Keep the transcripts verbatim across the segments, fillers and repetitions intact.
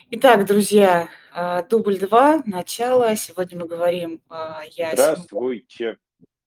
Итак, друзья, а, дубль два, начало. Сегодня мы говорим, а, я Симон Здравствуйте.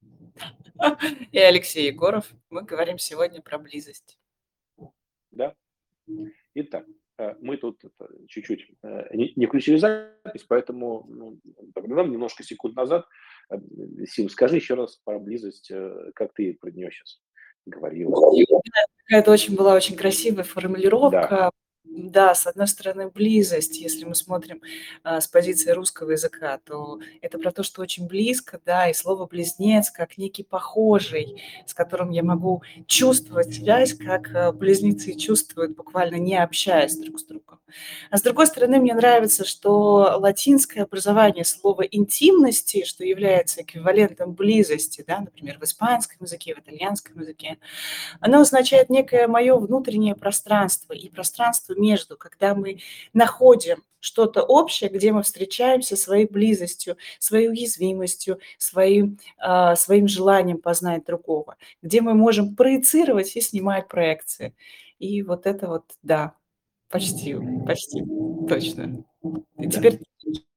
и Алексей Егоров. Мы говорим сегодня про близость. Да. Итак, э, мы тут это чуть-чуть, э, не не включили запись, поэтому, ну, тогда немножко секунд назад, э, Сим, скажи еще раз про близость, э, как ты про нее сейчас говорила. Это очень была очень красивая Да. формулировка. Да, с одной стороны, близость, если мы смотрим, а, с позиции русского языка, то это про то, что очень близко, да, и слово "близнец" как некий похожий, с которым я могу чувствовать связь, как, э, близнецы чувствуют, буквально не общаясь друг с другом. А с другой стороны, мне нравится, что латинское образование слова интимности, что является эквивалентом близости, да, например, в испанском языке, в итальянском языке, оно означает некое мое внутреннее пространство и пространство между, когда мы находим что-то общее, где мы встречаемся своей близостью, своей уязвимостью, своим, а, своим желанием познать другого, где мы можем проецировать и снимать проекции. И вот это вот, да, почти, почти точно. И Да. теперь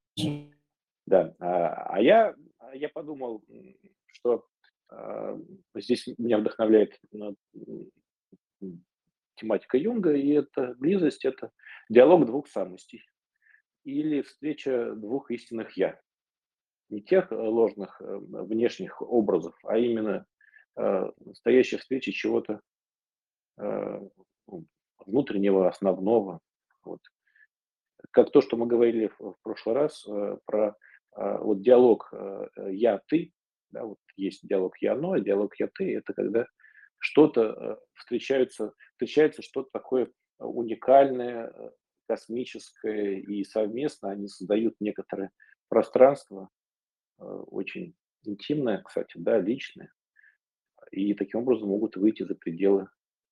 Да. А а я а я подумал, м, что, а, здесь меня вдохновляет, на м, м, тематика Юнга, и это близость- это диалог двух самостей или встреча двух истинных "я". Не тех, э, ложных, э, внешних образов, а именно, э, настоящая встреча чего-то, э, ну, внутреннего, основного. Вот. Как то, что мы говорили в в прошлый раз, э, про, а, вот диалог, э, э, "я-ты", да, вот есть диалог "я-оно", а диалог "я-ты"- это когда что-то, э, встречаются встречается что-то такое э, уникальное, э, космическое, и совместно они создают некоторое пространство, э, очень интимное, кстати, да, личное, и таким образом могут выйти за пределы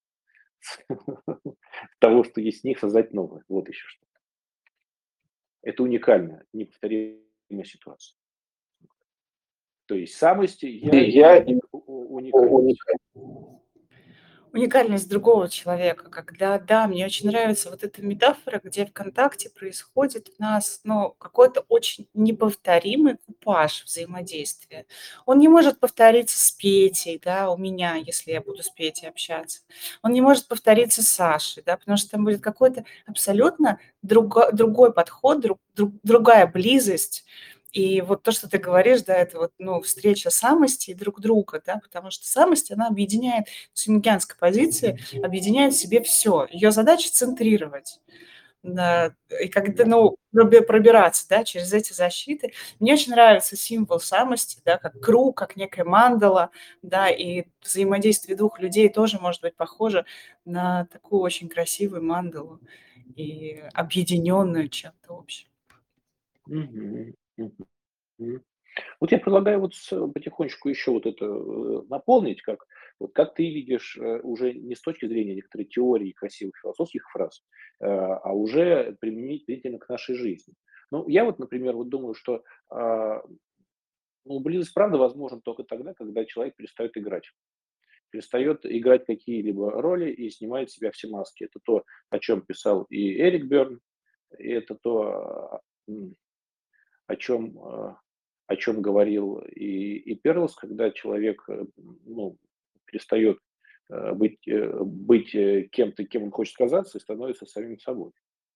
того, что есть в них, создать новое. Вот еще что. Это уникальная, неповторимая ситуация. То есть самость, я и я и уник у у уникальность. Уникальность другого человека, когда, да, мне очень нравится вот эта метафора, где "ВКонтакте" происходит у нас, ну, какой-то очень неповторимый купаж взаимодействия. Он не может повториться с Петей, да, у меня, если я буду с Петей общаться. Он не может повториться с Сашей, да, потому что там будет какой-то абсолютно друго другой подход, друг друг другая близость. И вот то, что ты говоришь, да, это вот, ну, встреча самости друг друга, да, потому что самость, она объединяет с юнгианской позиции, объединяет в себе все. Ее задача центрировать. Да, и когда, Да. ну, проби пробираться, да, через эти защиты. Мне очень нравится символ самости, да, как круг, как некая мандала, да, и взаимодействие двух людей тоже может быть похоже на такую очень красивую мандалу и объединенную чем-то общим. Мгм. Мгм. Вот я предлагаю вот с потихонечку еще вот это, э, наполнить, как вот как ты видишь, э, уже не с точки зрения некоторой теории красивых философских фраз, э, а уже применительно к нашей жизни. Ну, я вот, например, вот думаю, что, а, ну, близость правда возможна только тогда, когда человек перестает играть. Перестает играть какие-либо роли и снимает с себя все маски. Это то, о чем писал и Эрик Берн, и это то, а, м, о чем, а, о чем говорил и, и Перлс, когда человек, э, ну, перестает э, быть, э, быть э, кем-то, кем он хочет казаться, и становится самим собой.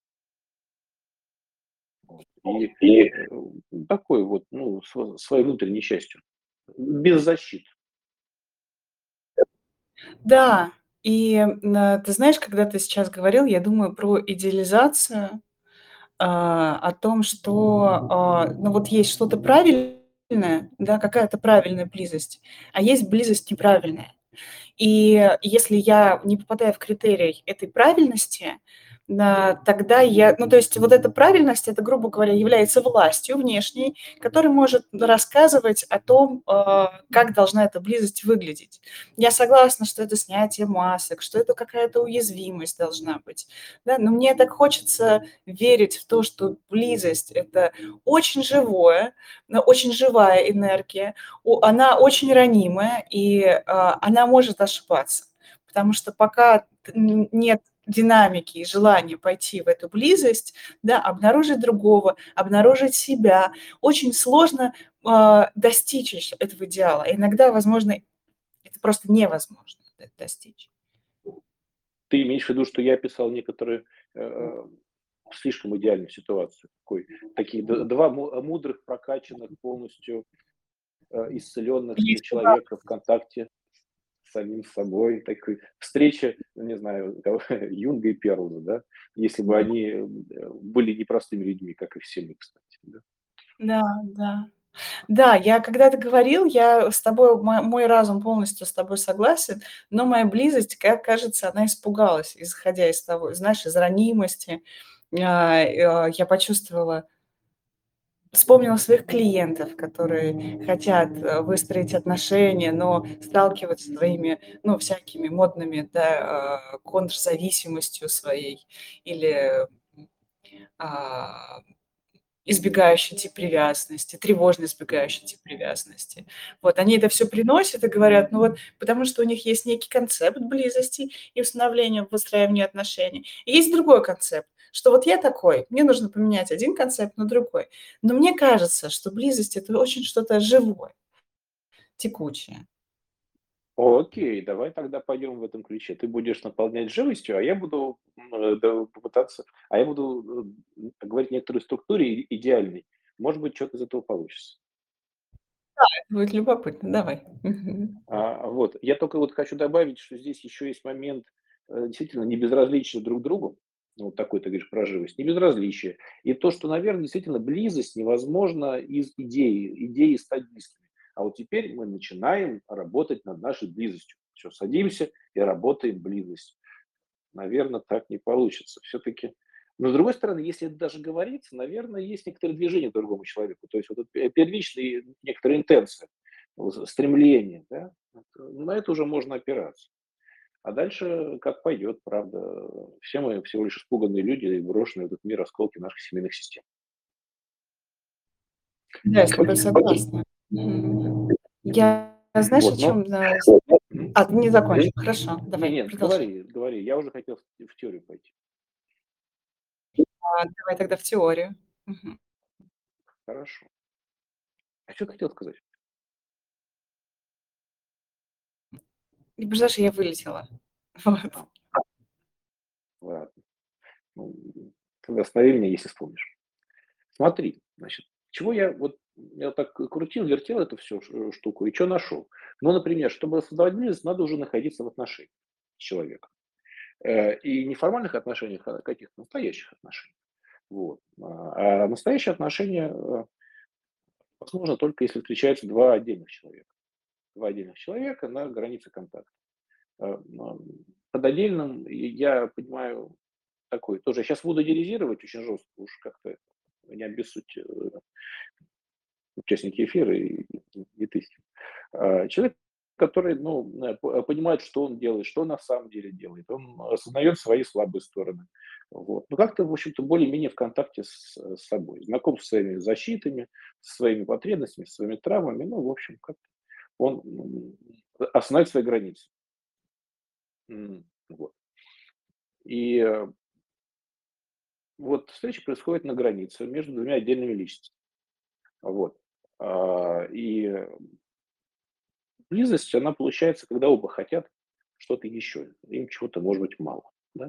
Вот. И И э, такой вот, ну, сво- своей внутренней частью, без защиты. да, и, м, ты знаешь, когда ты сейчас говорил, я думаю про идеализацию, а, о том, что, а, ну, вот есть что-то правильное, да, какая-то правильная близость, а есть близость неправильная. И если я не попадаю в критерий этой правильности, да, тогда я ну, то есть вот эта правильность, это, грубо говоря, является властью внешней, которая может рассказывать о том, а, как должна эта близость выглядеть. Я согласна, что это снятие масок, что это какая-то уязвимость должна быть, да, но мне так хочется верить в то, что близость- это очень живое, но очень живая энергия, о она очень ранимая, и, а, она может ошибаться. Потому что пока т н нет динамики и желания пойти в эту близость, да, обнаружить другого, обнаружить себя. Очень сложно, а, достичь ещ этого идеала. Иногда, возможно, это просто невозможно д достичь. Ты имеешь в виду, что я описал некоторые, э, слишком идеальную ситуацию? Такой такие д два му мудрых, прокачанных, полностью, э, исцеленных Есть два. человека в контакте с самим собой. Такой встреча, ну, не знаю, кого Юнга и Перлза, да, если бы Да. они, э, были непростыми людьми, как и все мы, кстати, да. Да, да. Да, я когда ты говорил, я с тобой, мо мой разум полностью с тобой согласен, но моя близость, как кажется, она испугалась, исходя из того, знаешь, из ранимости. А, и, а, я почувствовала вспомнила своих клиентов, которые хотят, э, выстроить отношения, но сталкиваются с своими, ну, всякими модными, да, а, контрзависимостью своей или, м, а, избегающий тип привязанности, тревожно избегающий тип привязанности. Вот они это всё приносят и говорят: "Ну вот", потому что у них есть некий концепт близости и установления, выстраивания отношений. И есть другой концепт, что вот я такой, мне нужно поменять один концепт на другой. Но мне кажется, что близость- это очень что-то живое, текучее. Окей, давай тогда пойдем в этом ключе. Ты будешь наполнять живостью, а я буду, м, э, да, попытаться, а я буду, э, м, говорить о некоторой структуре и идеальной. Может быть, чё-то из этого получится. Да, это будет любопытно. Давай. Мгм. А, вот. Я только вот хочу добавить, что здесь еще есть момент, э, действительно небезразличия друг к другу. Вот такой, ты говоришь, про живость. Небезразличие. И то, что, наверно, действительно близость невозможна из идеи, идеи стать близкими. А вот теперь мы начинаем работать над нашей близостью. Всё, садимся и работаем близость. Наверно, так не получится. Всё-таки но, с другой стороны, если это даже говорится, наверно, есть некоторые движения к другому человеку. То есть вот эта первичные некоторые интенции, вот стремления, да, вот, на это уже можно опираться. А дальше как пойдет, правда. Все мы всего лишь испуганные люди, брошенные в этот мир осколки наших семейных систем. Да, я с тобой Окей, окей. согласна. Мгм. Я, знаешь, о Вот, но чём, да, с Мгм. А, ты не закончил. Хорошо, Не давай, не, продолжай. говори говори. Я уже хотел в в теорию пойти. А, давай тогда в теорию. Мгм. Хорошо. А чё ты хотела сказать? Не представляешь, я вылетела. Вот. А. Ладно. Ну, тогда останови меня, если вспомнишь. Смотри, значит, чего я вот я вот так крутил, вертел эту всю ш штуку и чё нашел? Ну, например, чтобы создавать близость, надо уже находиться в отношениях с человеком. Э, и не формальных отношениях, а каких-то настоящих отношениях. Вот. А, а настоящие отношения, э, возможно только если встречаются два отдельных человека. два отдельных человека на границе контакта. Э, м, под отдельным я понимаю такой тоже щас буду идеализировать очень жестко, уж как-то это не обессудьте, э, участники эфира и и ты с ним. А, человек, который, ну, э, п понимает, что он делает, что на самом деле делает. Он осознает свои слабые стороны. Вот. Ну, как-то, в общем-то, более-менее в контакте с с собой. Знаком со своими защитами, со своими потребностями, со своими травмами. Ну, в общем, как-то он, м, осознает свои границы. М, вот. И, э вот встреча происходит на границе между двумя отдельными личностями. Вот. А, и близость, она получается, когда оба хотят что-то еще. Им чего-то может быть мало, да.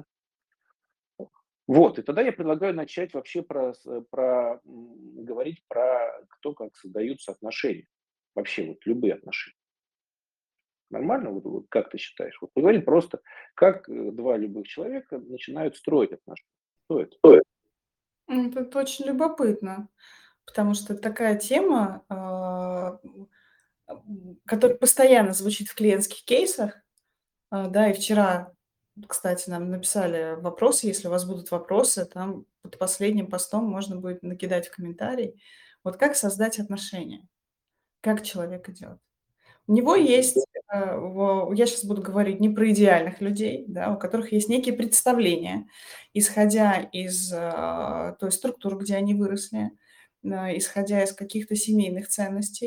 Вот. И тогда я предлагаю начать вообще про с про, м, говорить про то, как создаются отношения. Вообще вот любые отношения. Нормально? Вот вот как ты считаешь? Вот поговорим просто, как, э, два любых человека начинают строить отношения. Что это? М, это очень любопытно, потому что такая тема, а, м, м, которая постоянно звучит в клиентских кейсах. А, да, и вчера, кстати, нам написали вопросы. Если у вас будут вопросы, там под последним постом можно будет накидать в комментарий. Вот как создать отношения? Как человек идет? У него есть, э, во я щас буду говорить не про идеальных людей, да, у которых есть некие представления, исходя из, а, той структуры, где они выросли, на исходя из каких-то семейных ценностей.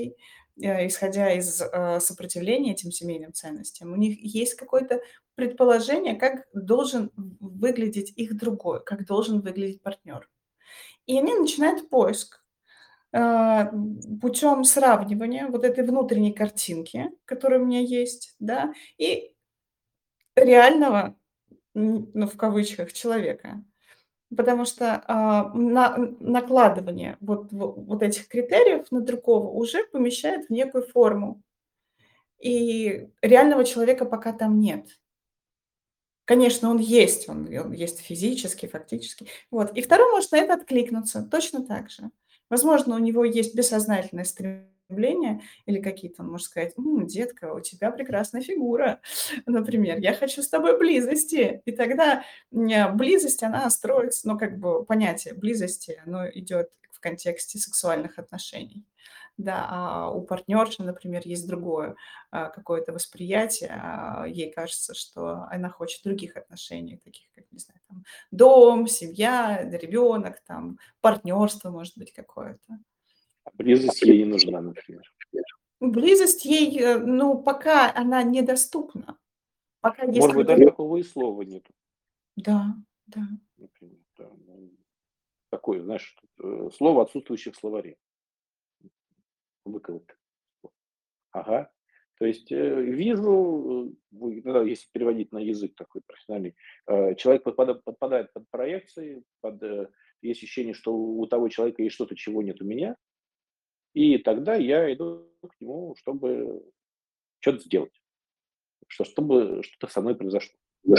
э, исходя из, э, сопротивления этим семейным ценностям, у них есть какое-то предположение, как должен в выглядеть их другой, как должен выглядеть партнер. И они начинают поиск, а, м, путем сравнивания вот этой внутренней картинки, которая у меня есть, да, и реального, м, ну, в кавычках, человека. Потому что, а, на накладывание вот во вот этих критериев на другого уже помещает в некую форму. И реального человека пока там нет. Конечно, он есть, он он есть физически, фактически. Вот. И второй может на это откликнуться точно так же. Возможно, у него есть бессознательное стремление или какие-то, он может сказать: "М, детка, у тебя прекрасная фигура". Например: "Я хочу с тобой близости". И тогда, ня близость, она строится, ну, как бы понятие близости, оно идет в контексте сексуальных отношений. Да, а у партнерши, например, есть другое, а, какое-то восприятие. А, ей кажется, что она хочет других отношений, таких как, не знаю, там дом, семья, ребенок, там партнерство, может быть, какое-то. А близость ей не нужна, например. Близость ей, э, ну, пока она недоступна. Пока есть Может быть, даже какой-то. такого и слова нету, Да, да. например. Да, ну, такое, знаешь, э, слово, отсутствующее в словаре. Выковырять. Ага. То есть, э, вижу, э, вы ну да, если переводить на язык такой профессиональный, э, человек подпада подпадает под проекции, под, э, есть ощущение, что у того человека есть что-то, чего нет у меня, и тогда я иду к нему, чтобы что то сделать, что чтобы что-то со мной произошло.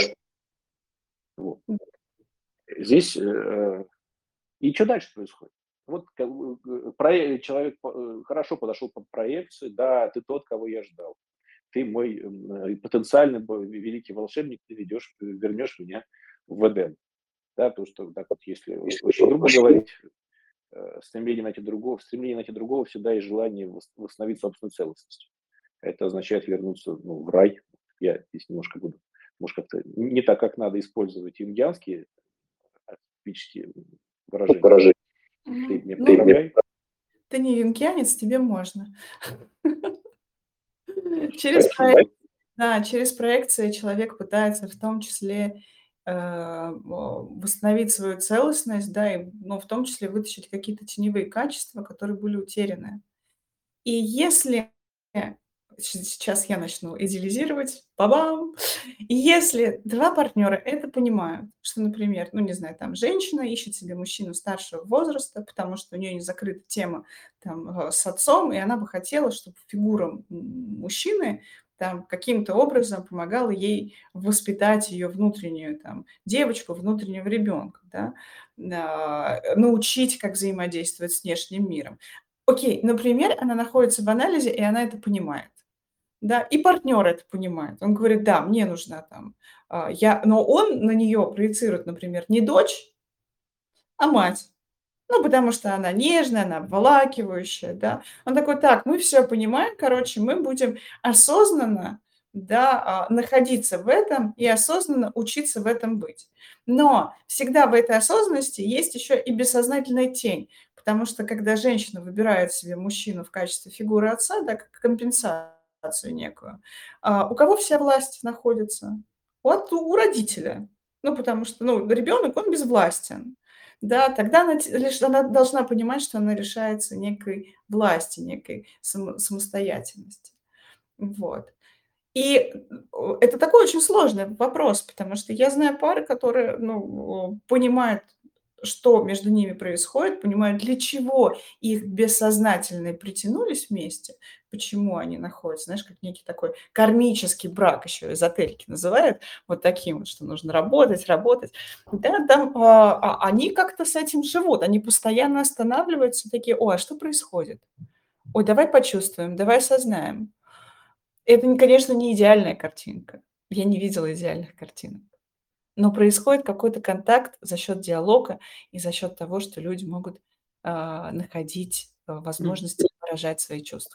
Вот. Здесь, э, и что дальше происходит? Вот как бы, э, проe человек по э, хорошо подошел под проекцию: "Да, ты тот, кого я ждал. Ты мой, м, э, потенциальный б великий волшебник, ты ведешь вернешь меня в Эдем". Да, потому что так вот, если очень грубо говорить, э, стремление найти другого в стремлении найти другого всегда есть желание вос восстановить собственную целостность. Это означает вернуться, ну, в рай. Я здесь немножко буду, может, как-то не так, как надо использовать индианские архетипические выражения. Ты Ну меня ну, поправляй. ты не юнгианец, тебе можно. Через проек Спасибо. Да, через проекции человек пытается в том числе, э, о, восстановить свою целостность, да, и, ну, в том числе вытащить какие-то теневые качества, которые были утеряны. И если щ сейчас я начну идеализировать, ба-бам! И если два партнера это понимают, что, например, ну, не знаю, там женщина ищет себе мужчину старшего возраста, потому что у нее не закрыта тема там, э, с отцом, и она бы хотела, чтобы фигура м мужчины там каким-то образом помогала ей воспитать ее внутреннюю там девочку, внутреннего ребенка, да, на научить, как взаимодействовать с внешним миром. Окей, например, она находится в анализе, и она это понимает. Да, и партнер это понимает. Он говорит: "Да, мне нужна там, а, я", но он на нее проецирует, например, не дочь, а мать. Ну, потому что она нежная, она обволакивающая, да. Он такой: "Так, мы все понимаем, короче, мы будем осознанно, да, а, находиться в этом и осознанно учиться в этом быть". Но всегда в этой осознанности есть еще и бессознательная тень, потому что когда женщина выбирает себе мужчину в качестве фигуры отца, да, как компенсацию некую, а, у кого вся власть находится? Вот у родителя. Ну, потому что, ну, ребенок, он безвластен. Да, тогда она те лишь она должна понимать, что она лишается некой власти, некой само самостоятельности. Вот. И, э, это такой очень сложный вопрос, потому что я знаю пары, которые, ну, понимают, что между ними происходит, понимают, для чего их бессознательные притянулись вместе, почему они находятся, знаешь, как некий такой кармический брак, еще эзотерики называют, вот таким вот, что нужно работать, работать. Да, там, а, а они как-то с этим живут, они постоянно останавливаются, такие: "Ой, а что происходит? Ой, давай почувствуем, давай осознаем". Это, н конечно, не идеальная картинка. Я не видела идеальных картинок. Но происходит какой-то контакт за счет диалога и за счет того, что люди могут, а, находить, э, М. возможности выражать свои чувства.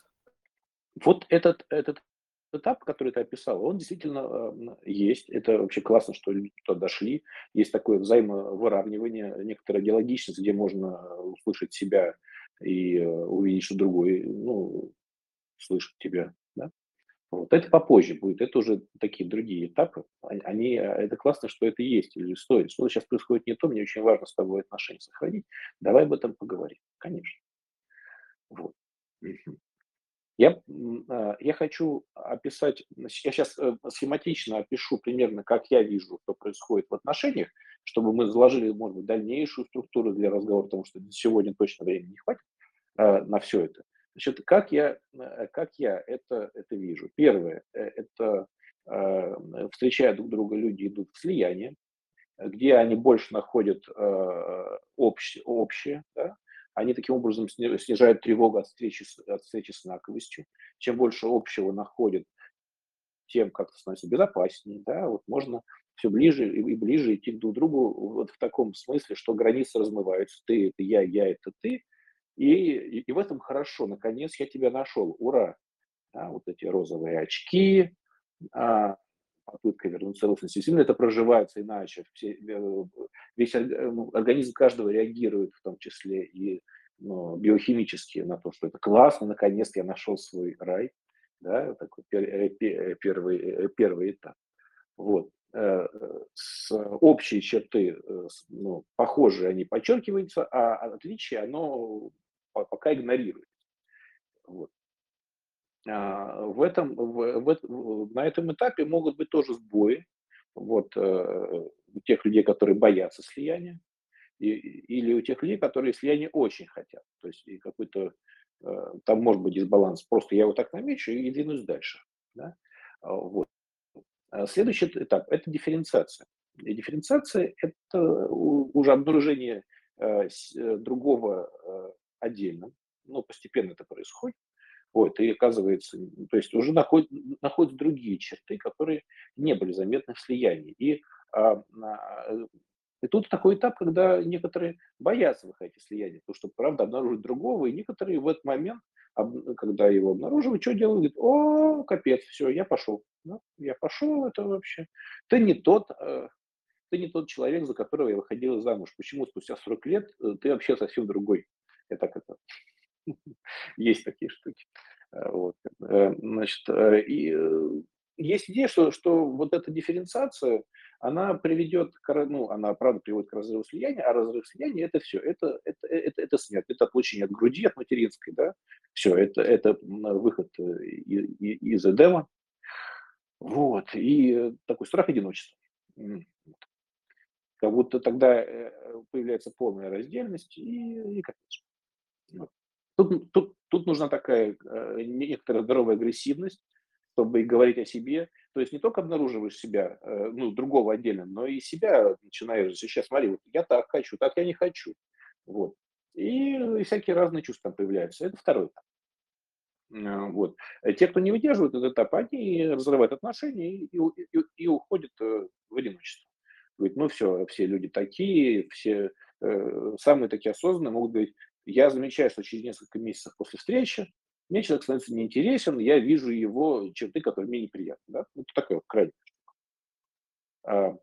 Вот этот этот этап, который ты описала, он действительно, а, м, есть. Это вообще классно, что люди туда дошли. Есть такое взаимовыравнивание, некоторая диалогичность, где можно услышать себя и, э, увидеть, что другой, ну, слышать тебя, да. Вот это попозже будет, это уже такие другие этапы. Они, они, э, это классно, что это есть или стоит. Что сейчас происходит не то, мне очень важно с тобой отношения сохранить. Давай об этом поговорим. Конечно. Вот. Мгм. Я, м, а, я хочу описать, значит, я сейчас схематично опишу примерно, как я вижу, что происходит в отношениях, чтобы мы заложили, может быть, дальнейшую структуру для разговора, потому что сегодня точно времени не хватит а, на все это. Значит, как я, э, как я это, это вижу? Первое, э, это а, встречая друг друга, люди идут в слияние, где они больше находят э, общ- общее, да? Они таким образом сни- снижают тревогу от встречи, с, от встречи с инаковостью. Чем больше общего находят, тем как-то становится безопаснее, да, вот можно все ближе и, и ближе идти друг к другу вот в таком смысле, что границы размываются. Ты– это я, я– это ты. И, и, и в этом хорошо. Наконец я тебя нашел. Ура! Да, вот эти розовые очки, а, попытка вернуть целостность. Действительно, это проживается иначе. Все, э, весь орг- э, ну, организм каждого реагирует, в том числе и ну, биохимически, на то, что это классно, наконец-то я нашел свой рай. Да, вот такой пер- э, пе- э, первый, э, первый этап. Вот. Э, э, С общие черты, э, с- ну, похожие, они подчеркиваются, а отличие, оно по- пока игнорирует. Вот. А, в этом, в, в эт- в- на этом этапе могут быть тоже сбои. Вот, э, у тех людей, которые боятся слияния, и, или у тех людей, которые слияние очень хотят. То есть и какой-то э, там может быть дисбаланс. Просто я его так намечу и двинусь дальше. Да? А, Вот. А Следующий т- этап– это дифференциация. И дифференциация– это у- уже обнаружение э, с- э, другого э, отдельно. Ну, постепенно это происходит. Вот, и оказывается, м, то есть уже находят, находят другие черты, которые не были заметны в слиянии. И, а, на- э, и тут такой этап, когда некоторые боятся выходить из слияния, потому что, правда, обнаружить другого, и некоторые в этот момент, об- когда его обнаруживают, что делают? Говорят, о, капец, все, я пошел. Ну, я пошел, это вообще. Ты не тот, э, ты не тот человек, за которого я выходила замуж. Почему спустя сорок лет э, ты вообще совсем другой? Я так это есть такие штуки. Э, вот. Э, Значит, э, и э, есть идея, что, что вот эта дифференциация, она приведет, к, ра- ну, она правда приводит к разрыву слияния, а разрыв слияния это все, это, это, это, это смерть, это отлучение от груди, от материнской, да, все, это, это м, выход э, и- и- из Эдема, вот, и э, такой страх одиночества. М, Как будто тогда э, появляется полная раздельность и, и капец. Вот. Тут, тут, тут нужна такая э, некоторая здоровая агрессивность, чтобы и говорить о себе. То есть не только обнаруживаешь себя, э, ну, другого отдельно, но и себя начинаешь защищать. Смотри, вот я так хочу, так я не хочу. Вот. И, и всякие разные чувства там появляются. Это второй этап. Э, Вот. Э, Те, кто не выдерживает этот этап, они разрывают отношения и, и, у- и- и уходят э, в одиночество. Говорит, ну все, все люди такие, все э, самые такие осознанные могут говорить, я замечаю, что через несколько месяцев после встречи мне человек становится неинтересен, я вижу его черты, которые мне неприятны. Да? Ну, это такое вот крайне. А,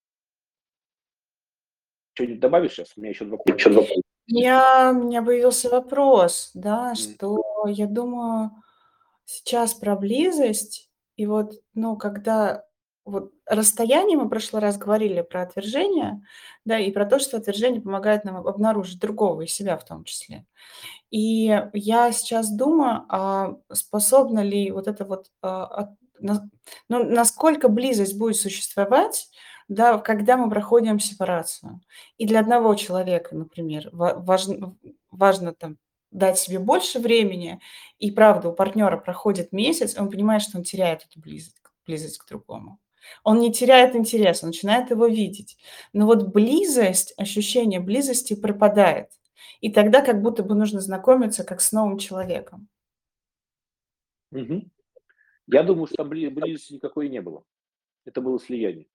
Что-нибудь добавишь сейчас? У меня еще два пункта есть. У меня у меня появился вопрос, да, М, что я думаю, сейчас про близость, и вот, ну, когда вот расстояние, мы в прошлый раз говорили про отвержение, да, и про то, что отвержение помогает нам обнаружить другого и себя в том числе. И я сейчас думаю, а способна ли вот это вот, а, от на ну, насколько близость будет существовать, да, когда мы проходим сепарацию. И для одного человека, например, ва важн важно там дать себе больше времени, и правда, у партнера проходит месяц, и он понимает, что он теряет эту близость к близость к другому. Он не теряет интерес, он начинает его видеть. Но вот близость, ощущение близости пропадает. И тогда как будто бы нужно знакомиться как с новым человеком. мгм. Я думаю, что там бли- близости никакой не было. Это было слияние.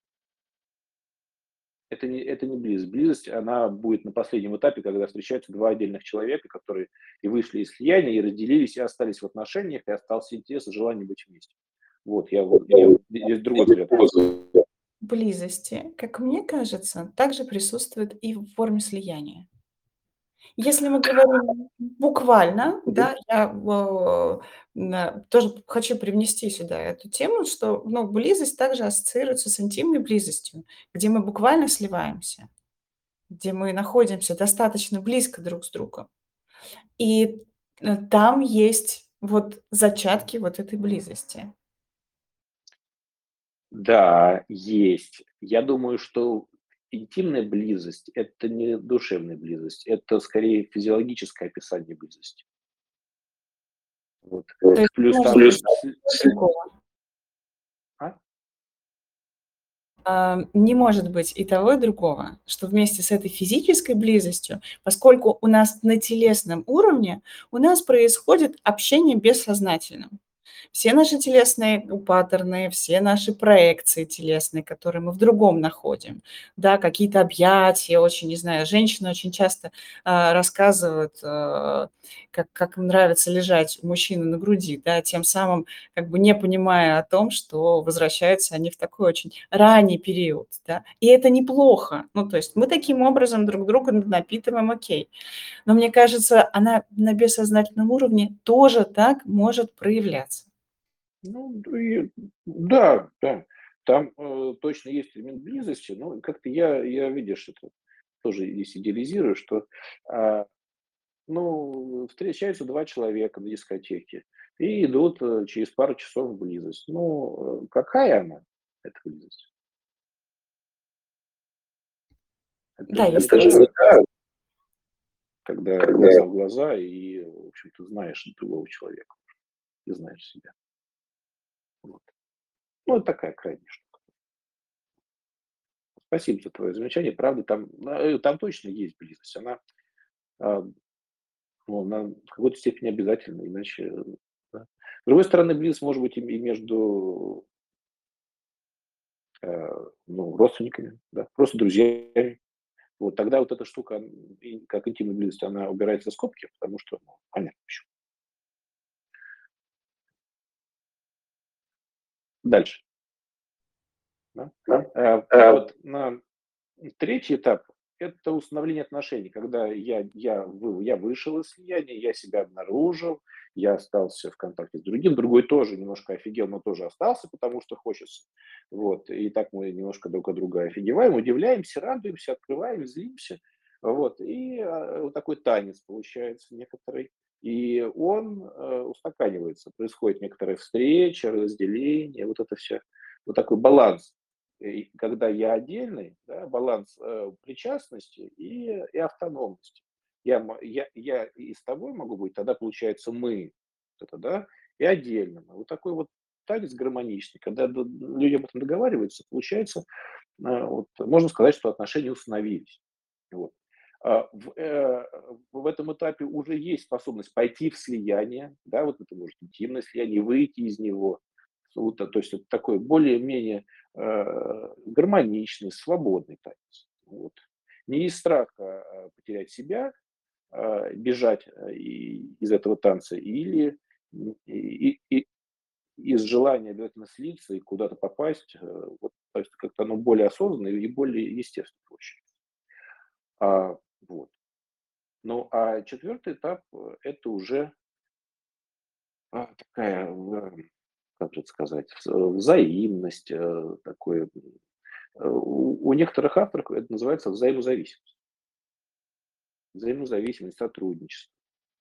Это не это не близость. Близость, она будет на последнем этапе, когда встречаются два отдельных человека, которые и вышли из слияния, и разделились, и остались в отношениях, и остался интерес и желание быть вместе. Вот, я вот я вот здесь другой взгляд на это. Близости, как мне кажется, также присутствует и в форме слияния. Если мы говорим буквально, Мгм. да, я в на тоже хочу привнести сюда эту тему, что, ну, близость также ассоциируется с интимной близостью, где мы буквально сливаемся, где мы находимся достаточно близко друг с другом. И, э, там есть вот зачатки вот этой близости. Да, есть. Я думаю, что интимная близость- это не душевная близость, это скорее физиологическое описание близости. Вот. То есть Плюс может там быть с с другого. А? А, не может быть и того, и другого, что вместе с этой физической близостью, поскольку у нас на телесном уровне, у нас происходит общение бессознательно. Все наши телесные паттерны, все наши проекции телесные, которые мы в другом находим, да, какие-то объятия, очень, не знаю, женщины очень часто, а, рассказывают, а, как как им нравится лежать у мужчины на груди, да, тем самым как бы не понимая о том, что возвращаются они в такой очень ранний период, да. И это неплохо. Ну, то есть мы таким образом друг друга н напитываем, окей. Но мне кажется, она на бессознательном уровне тоже так может проявляться. Ну, д и да, да, там, э, точно есть элемент близости, но как-то я я, видишь, это тоже здесь идеализирую, что, а, ну, встречаются два человека на дискотеке и идут, э, через пару часов в близость. Ну, э, какая она, эта близость? Это Да, же не если та, есть когда глаза в глаза и, в общем, ты знаешь другого человека, ты знаешь себя. Вот. Ну, это такая крайняя штука. Спасибо за твое замечание. Правда, там, э, там точно есть близость. Она, а, ну, она в какой-то степени обязательна, иначе, э, да. С другой стороны, близость может быть и и между, э, ну, родственниками, да, просто друзьями. Вот тогда вот эта штука, м, и как интимная близость, она убирается за скобки, потому что, ну, понятно почему. Дальше, да. да? Э, Э, вот на третий этап- это установление отношений, когда я я вы я вышел из слияния, я себя обнаружил, я остался в контакте с другим, другой тоже немножко офигел, но тоже остался, потому что хочется. Вот, и так мы немножко друг от друга офигеваем, удивляемся, радуемся, открываем, злимся. Вот, и, а, вот такой танец получается некоторый. И он, э, устаканивается. Происходит некоторая встреча, разделение, вот это все, вот такой баланс. И когда я отдельный, да, баланс, э, причастности и и автономности. Я мо я я и с тобой могу быть, тогда получается мы, вот это, да, и отдельно. Вот такой вот танец гармоничный, когда д люди об этом договариваются, получается, э, вот можно сказать, что отношения установились. Вот. А, в, э, в этом этапе уже есть способность пойти в слияние, да, вот это может интимное слияние, выйти из него. Вот, то есть это такой более-менее э, гармоничный, свободный танец. Вот. Не из страха э, потерять себя, э, бежать э, и- из этого танца, или м, и, и- и из желания обязательно слиться и куда-то попасть. э, Вот, то есть как-то оно более осознанно и более естественно получается. А, вот. Ну, а четвертый этап, э, это уже, а, такая, э, как же это сказать, вз взаимность, э, такое, э, у у некоторых авторов это называется взаимозависимость. Взаимозависимость, сотрудничество.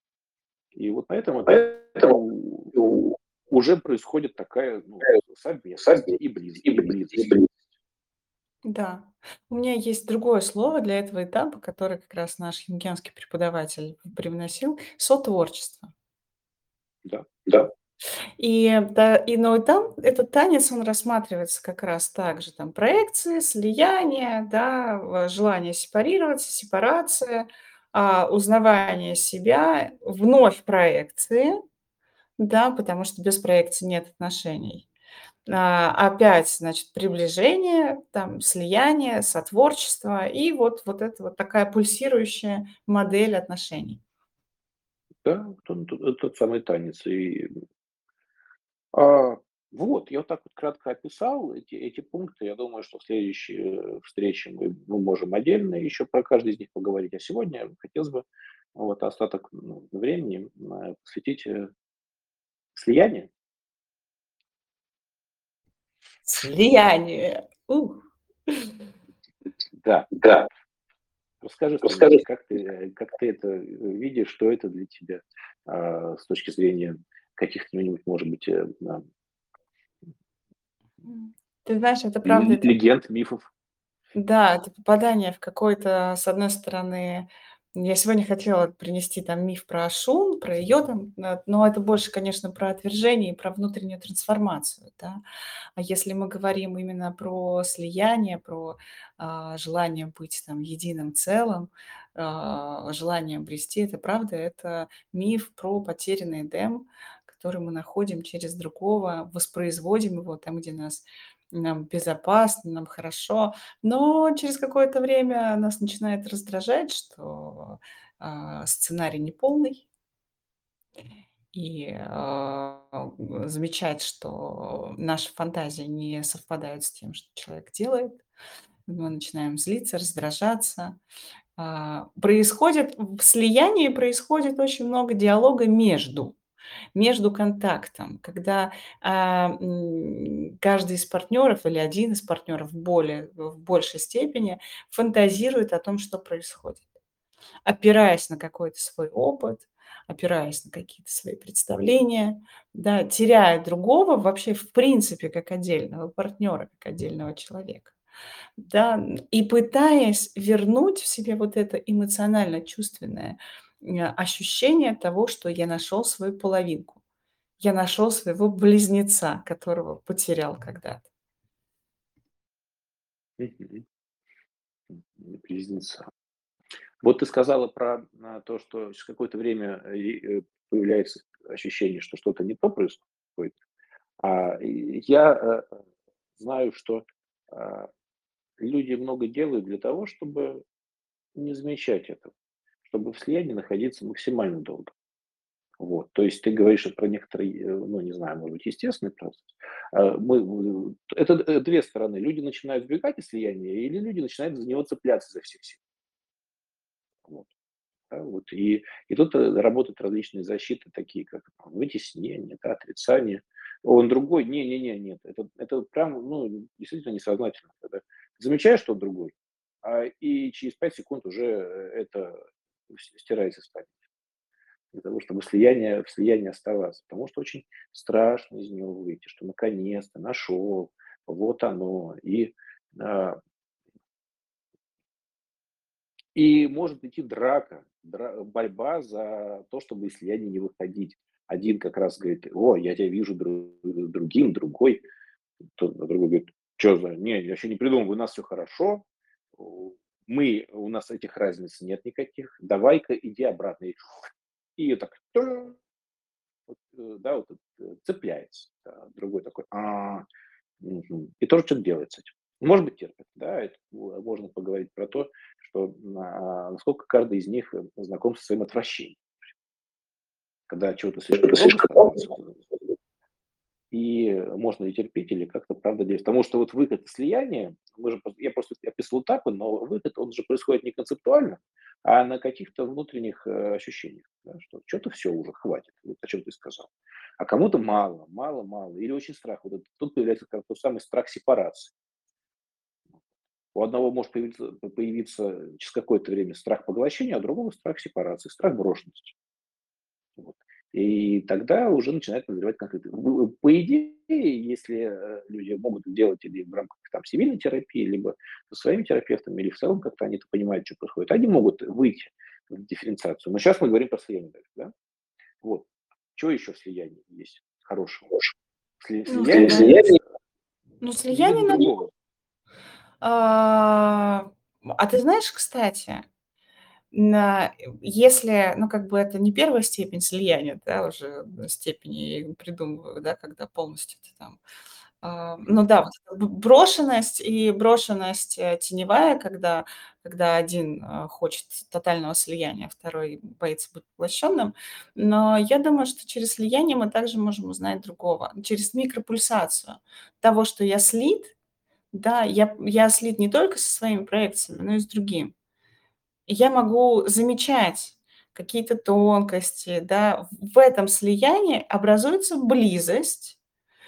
И вот на этом этапе Поэтому у у уже происходит такая, ну, совместность сами и близ и и близ и близость. близ. Да. У меня есть другое слово для этого этапа, которое как раз наш юнгианский преподаватель привносил — сотворчество. Да. Да. И да, и но и там этот танец, он рассматривается как раз так же: там проекции, слияние, да, в желание сепарироваться, сепарация, а, узнавание себя, вновь проекции, да, потому что без проекции нет отношений. А, опять, значит, приближение, там, слияние, сотворчество и вот вот это вот такая пульсирующая модель отношений. Да, вот он т тот самый танец. И, а, вот, я вот так вот кратко описал эти эти пункты. Я думаю, что в следующей, э, встрече мы мы можем отдельно еще про каждый из них поговорить. А сегодня хотелось бы вот остаток, ну, времени, э, посвятить, э, слиянию. Слияние. Ух. Да. Да. Расскажи Расскажи. что-нибудь, как ты, э, как ты это, э, видишь, что это для тебя, а, с точки зрения каких-нибудь, может быть, э, да, М. Ты знаешь, это правда, ле это легенд, мифов. да, это попадание в какой-то, с одной стороны, я сегодня хотела принести там миф про Ашун, про ее там, на но это больше, конечно, про отвержение и про внутреннюю трансформацию, да. А если мы говорим именно про слияние, про, а, желание быть там единым целым, а, желание обрести, это правда, это миф про потерянный эдем, который мы находим через другого, воспроизводим его там, где нас нам безопасно, нам хорошо. Но через какое-то время нас начинает раздражать, что, а, сценарий неполный, и, а, м, замечать, что наши фантазии не совпадают с тем, что человек делает. Мы начинаем злиться, раздражаться. А, происходит в слиянии происходит очень много диалога между между контактом, когда, а, м, каждый из партнеров или один из партнеров более в большей степени фантазирует о том, что происходит, опираясь на какой-то свой опыт, опираясь на какие-то свои представления, да, теряя другого вообще в принципе как отдельного партнера, как отдельного человека. Да, и пытаясь вернуть в себе вот это эмоционально-чувственное, м, ощущение того, что я нашел свою половинку. Я нашел своего близнеца, которого потерял когда-то. Мгм. М, близнеца. Вот ты сказала про, а, то, что через какое-то время, э, и, э, появляется ощущение, что что-то не то происходит. А, и я, э, э, знаю, что, а, люди много делают для того, чтобы не замечать этого, чтобы в слиянии находиться максимально долго. Вот. То есть ты говоришь про некоторый, э, ну, не знаю, может быть, естественный процесс. А, мы, в это, э, две стороны. Люди начинают сбегать из слияния или люди начинают за него цепляться изо всех сил. Вот. Да, вот. И, и тут э, работают различные защиты, такие как там, вытеснение, да, отрицание. Он другой, не-не-не, нет. Это, это прям, ну, действительно несознательно. Когда замечаешь, что он другой, а, и через пять секунд уже э, это с- стирается из памяти. Для того, чтобы слияние, в слиянии оставаться. Потому что очень страшно из него выйти, что наконец-то нашел, вот оно. И а, И может идти драка, дра борьба за то, чтобы из слияния не выходить. Один как раз говорит: "О, я тебя вижу дру другим", другой, тот другой говорит: "Чё за не, я еще не придумал, у нас все хорошо, у мы у нас этих разниц нет никаких, давай-ка иди обратно". И и так тын, вот, э, да, вот, э, цепляется. Да. Другой такой: "А". Мгм. И тоже что-то делает с этим. Может быть, терпит, да, это м можно поговорить про то, что на насколько каждый из них, э, знаком со своим отвращением. Когда чего-то слишком Это много слишком много. становится, и можно и терпеть, или как-то, правда, действовать. Потому что вот выход из слияния, мы же, просто- я просто описывал так, вот, но выход, он же происходит не концептуально, а на каких-то внутренних э, ощущениях, да, что что-то все уже хватит, вот о чем ты сказал. А кому-то мало, мало, мало, или очень страх. Вот это- тут появляется как тот самый страх сепарации. У одного может появиться, появиться через какое-то время страх поглощения, а у другого страх сепарации, страх брошенности. Вот. И тогда уже начинает назревать конфликт. В- По идее, если э, люди могут делать или в рамках там, семейной терапии, либо со своими терапевтами, или в целом как-то они это понимают, что происходит, они могут выйти в дифференциацию. Но сейчас мы говорим про слияние. Да? Вот. Что еще в слиянии есть хорошего? Сли- Ну, При Слияние слияние слиянии ну, не видно слияние на другого. а, а ты знаешь, кстати, на если, ну, как бы это не первая степень слияния, да, уже э, степени я их придумываю, да, когда полностью ты там, а, ну Мгм. да, вот эта б брошенность и брошенность, э, теневая, когда когда один, а, хочет тотального слияния, а второй боится быть поглощенным. Но я думаю, что через слияние мы также можем узнать другого, через микропульсацию того, что я слит, да, я я слит не только со своими проекциями, но и с другим. И я могу замечать, какие-то тонкости, да. В в этом слиянии образуется близость.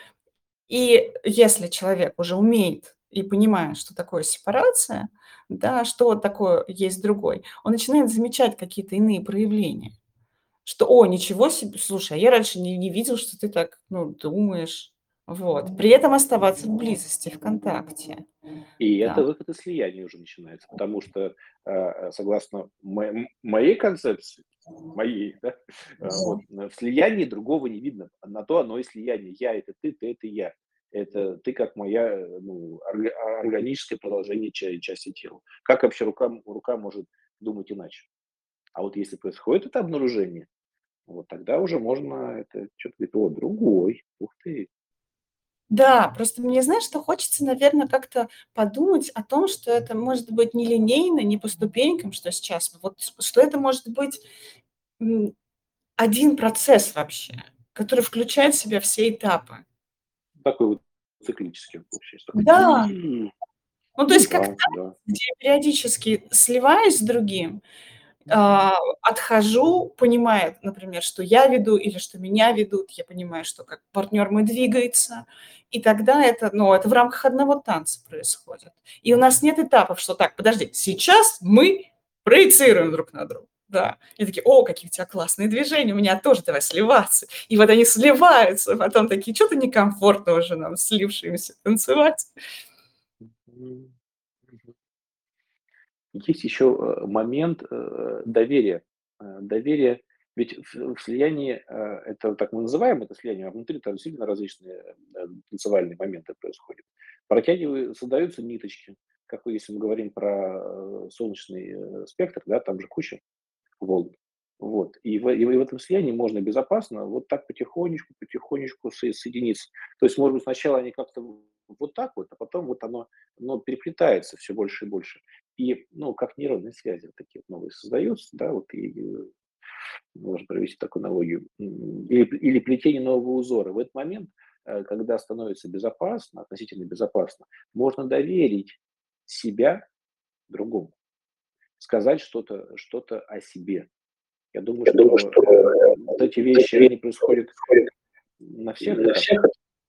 И если человек уже умеет и понимает, что такое сепарация, да, что такое есть другой, он начинает замечать какие-то иные проявления. Что: "О, ничего себе, слушай, а я раньше не не видел, что ты так, ну, думаешь". Вот. При этом оставаться в близости, в контакте. И это Да. выход из слияния уже начинается, потому что, э, э, согласно мо моей концепции, моей, да, э, вот, в слиянии другого не видно. На то оно и слияние. Я- это ты, ты- это я. Это ты как моя, э, ну, орга органическое продолжение ча части тела. Как вообще рука рука может думать иначе? А вот если происходит это обнаружение, вот тогда уже можно это чё-то говорить: "О, другой, ух ты". Да, просто мне, знаешь, что хочется, наверно, как-то подумать о том, что это может быть не линейно, не по ступенькам, что сейчас вот, что это может быть, м, один процесс вообще, который включает в себя все этапы. Такой вот циклический он получается, такой. Да. Ну, то Ну есть как да, танец, да. где я периодически сливаюсь с другим, а, отхожу, понимая, например, что я веду или что меня ведут. Я понимаю, что как партнер мой двигается. И тогда это, ну, это в рамках одного танца происходит. И у нас нет этапов, что так, подожди, сейчас мы проецируем друг на друга. Да. И такие: "О, какие у тебя классные движения, у меня тоже, давай сливаться". И вот они сливаются, потом такие: "Чё-то некомфортно уже нам, слившимся, танцевать". Мгм. Мгм. Есть еще, э, момент, э, доверия. Э, доверие, ведь в в слиянии, э, это так мы называем это слияние, а внутри там действительно различные, э, танцевальные моменты происходят. Протягиваю создаются ниточки, как и если мы говорим про, э, солнечный, э, спектр, да, там же куча волн. Вот. И в и в этом слиянии можно безопасно вот так потихонечку, потихонечку со соединиться. То есть, может быть, сначала они как-то вот так вот, а потом вот оно оно переплетается все больше и больше. И, ну, как нейронные связи вот такие вот новые создаются, да, вот и, э, можно провести такую аналогию. М, или или плетение нового узора. В этот момент, э, когда становится безопасно, относительно безопасно, можно доверить себя другому, сказать что-то что-то о себе. Я думаю, Я думаю, что, что, э, э, вот эти вот вещи, эти вещи они происходят происходят на всех на этапах, всех.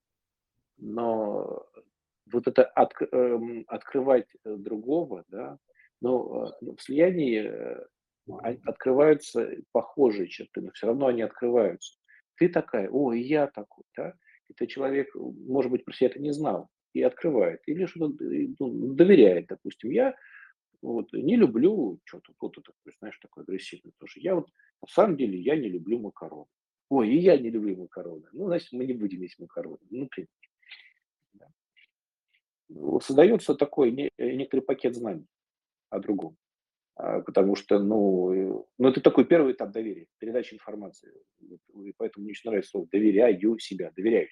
но вот это отк эм, открывать, э, другого, да, но, э, ну, в слиянии, э, а открываются похожие черты, но все равно они открываются. Ты такая: "О, и я такой", да. Это человек, м, может быть, про себя это не знал и открывает, или что-то, э, ну, доверяет, допустим. Я вот не люблю что-то, кто-то такой, знаешь, такой агрессивный тоже. Я вот на самом деле я не люблю макароны. Ой, и я не люблю макароны. Ну, значит, мы не будем есть макароны. Ну, например, да. Ну, создается такой не э, некоторый пакет знаний о другом. А, потому что, ну, э, ну, это такой первый этап доверия, передача информации. Вот, и поэтому мне очень нравится слово "доверяю себя", доверяю.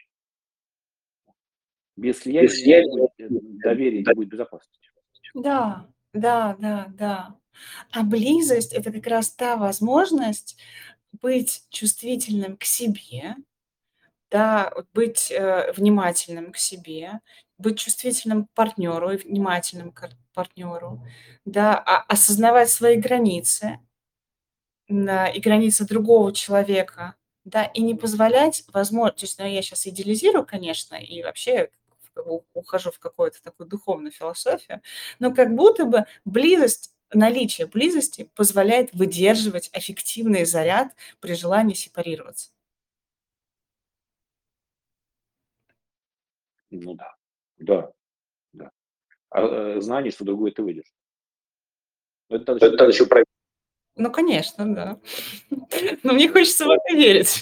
Без Без слияния не сияния. будет, э, доверия, не будет безопасности. Да, да, да, да. А близость- это как раз та возможность быть чувствительным к себе, да, вот быть, э, внимательным к себе, быть чувствительным к партнеру и внимательным к ар партнеру, да, а осознавать свои границы, на и границы другого человека, да, и не позволять возмо то есть, ну, я сейчас идеализирую, конечно, и вообще у ухожу в какую-то такую духовную философию, но как будто бы близость, наличие близости позволяет выдерживать эффективный заряд при желании сепарироваться. Ну да, да, да. А, э, знание, что другое ты выйдешь. Но это надо еще Это надо еще проверить. про Ну, конечно, да. Но мне хочется в это верить.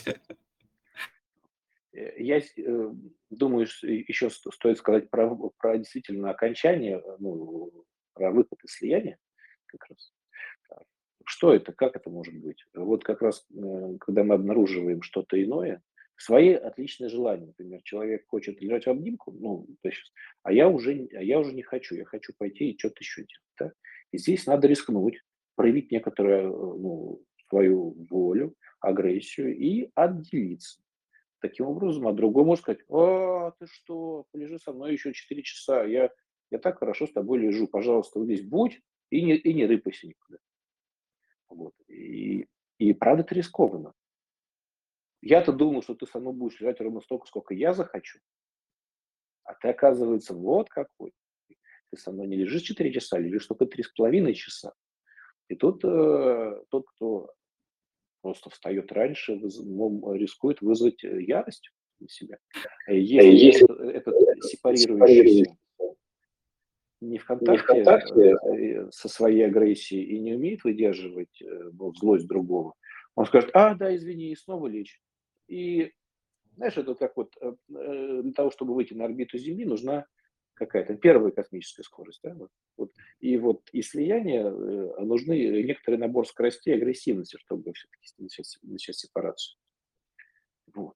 Э, я с э, думаю, ш еще с стоит сказать про в про действительно окончание, э, ну, про выход из слияния как раз. А, что это, как это может быть? Вот как раз, э, когда мы обнаруживаем что-то иное, свои отличные желания. Например, человек хочет лежать в обнимку, ну, то есть, а я уже н а я уже не хочу, я хочу пойти и что-то еще делать, да. И здесь надо рискнуть, проявить некоторую, э, ну, свою волю, агрессию и отделиться. Таким образом, а другой может сказать: "А, ты что? Полежи со мной еще четыре часа. Я я так хорошо с тобой лежу. Пожалуйста, вот здесь будь и не и не рыпайся никуда". Вот. И и И правда это рискованно. Я-то думал, что ты со мной будешь лежать ровно столько, сколько я захочу, а ты, оказывается, вот какой. Ты со мной не лежишь четыре часа, лежишь только три с половиной часа. И тут э, тот, кто просто встает раньше, выз- мом- рискует вызвать э, ярость на себя. Э, Если Если этот, этот сепарирующийся сепарирующийся не в не контакте ВКонтакте, э, э, со своей агрессией и не умеет выдерживать э, вот злость другого, он скажет: а, да, извини, и снова лечь. И знаешь, это как вот э, э, для того, чтобы выйти на орбиту Земли, нужна какая-то первая космическая скорость. Да? Вот, вот. И вот и слияние э, нужны некоторый набор скоростей и агрессивности, чтобы все-таки начать, начать сепарацию. Вот.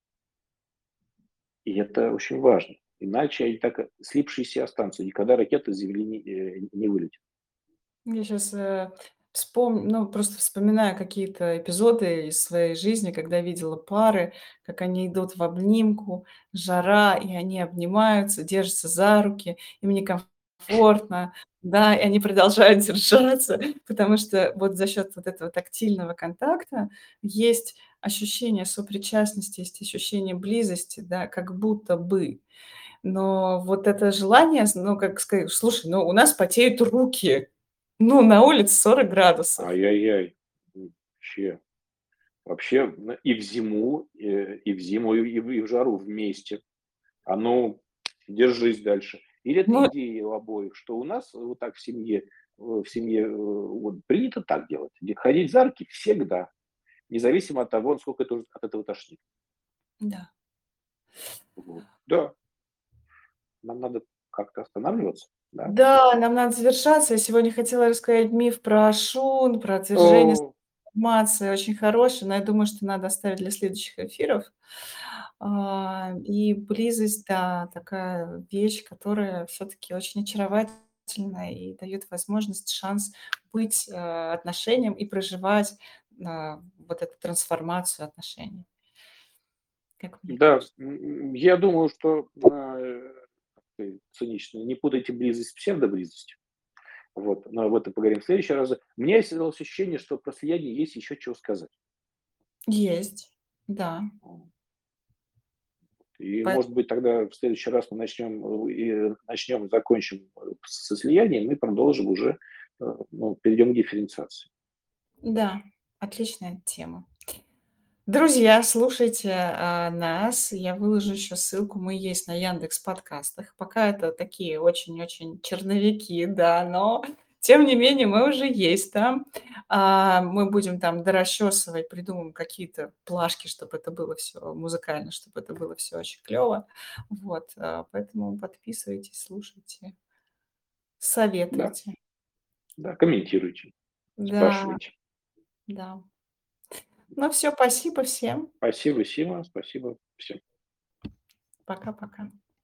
И это очень важно. Иначе они так э, слипшиеся останутся. Никогда ракета с Земли не, э, не вылетит. я сейчас вспом ну, просто вспоминаю какие-то эпизоды из своей жизни, когда видела пары, как они идут в обнимку, жара, и они обнимаются, держатся за руки, им некомфортно, да, и они продолжают держаться, потому что вот за счет вот этого тактильного контакта есть ощущение сопричастности, есть ощущение близости, да, как будто бы. Но вот это желание, с ну, как сказать: "Слушай, ну, у нас потеют руки, ну, на улице сорок градусов". Ай-яй-яй. М, Вообще, вообще м, и в зиму, э, и в зиму, и в, и в жару вместе. А ну, держись дальше. Или это Ну идея у обоих, что у нас вот так в семье, э, в семье э, вот, принято так делать. Где ходить за руки всегда, независимо от того, сколько это, от этого тошнит. да. Вот. Да, нам надо как-то останавливаться. Да. Да, нам надо завершаться. Я сегодня хотела рассказать миф про шун, про отвержение О, информации. Очень хороший, но я думаю, что надо оставить для следующих эфиров. А, и близость, да, такая вещь, которая все-таки очень очаровательная и дает возможность, шанс быть, э, отношениям и проживать, а, вот эту трансформацию отношений, как мне да, кажется. м, я думаю, что а, э, ты цинично, не путайте близость с псевдоблизостью. Вот, но об этом поговорим в следующий раз. У меня есть ощущение, что про слияние есть еще чего сказать. Есть, да. И, Поэт может быть, тогда в следующий раз мы начнем, э, и начнем и закончим э, со слиянием и продолжим уже, э, ну, перейдем к дифференциации. Да, отличная тема. Друзья, слушайте, а, нас. Я выложу еще ссылку. Мы есть на Яндекс Подкастах. Пока это такие очень-очень черновики, да, но тем не менее мы уже есть там. А, мы будем там дорасчесывать, придумаем какие-то плашки, чтобы это было все музыкально, чтобы это было все очень клево. Вот, а, поэтому подписывайтесь, слушайте, Да, советуйте. да, комментируйте, Да, спрашивайте. да. Ну все, спасибо всем. Спасибо, Сима, спасибо всем. Пока-пока.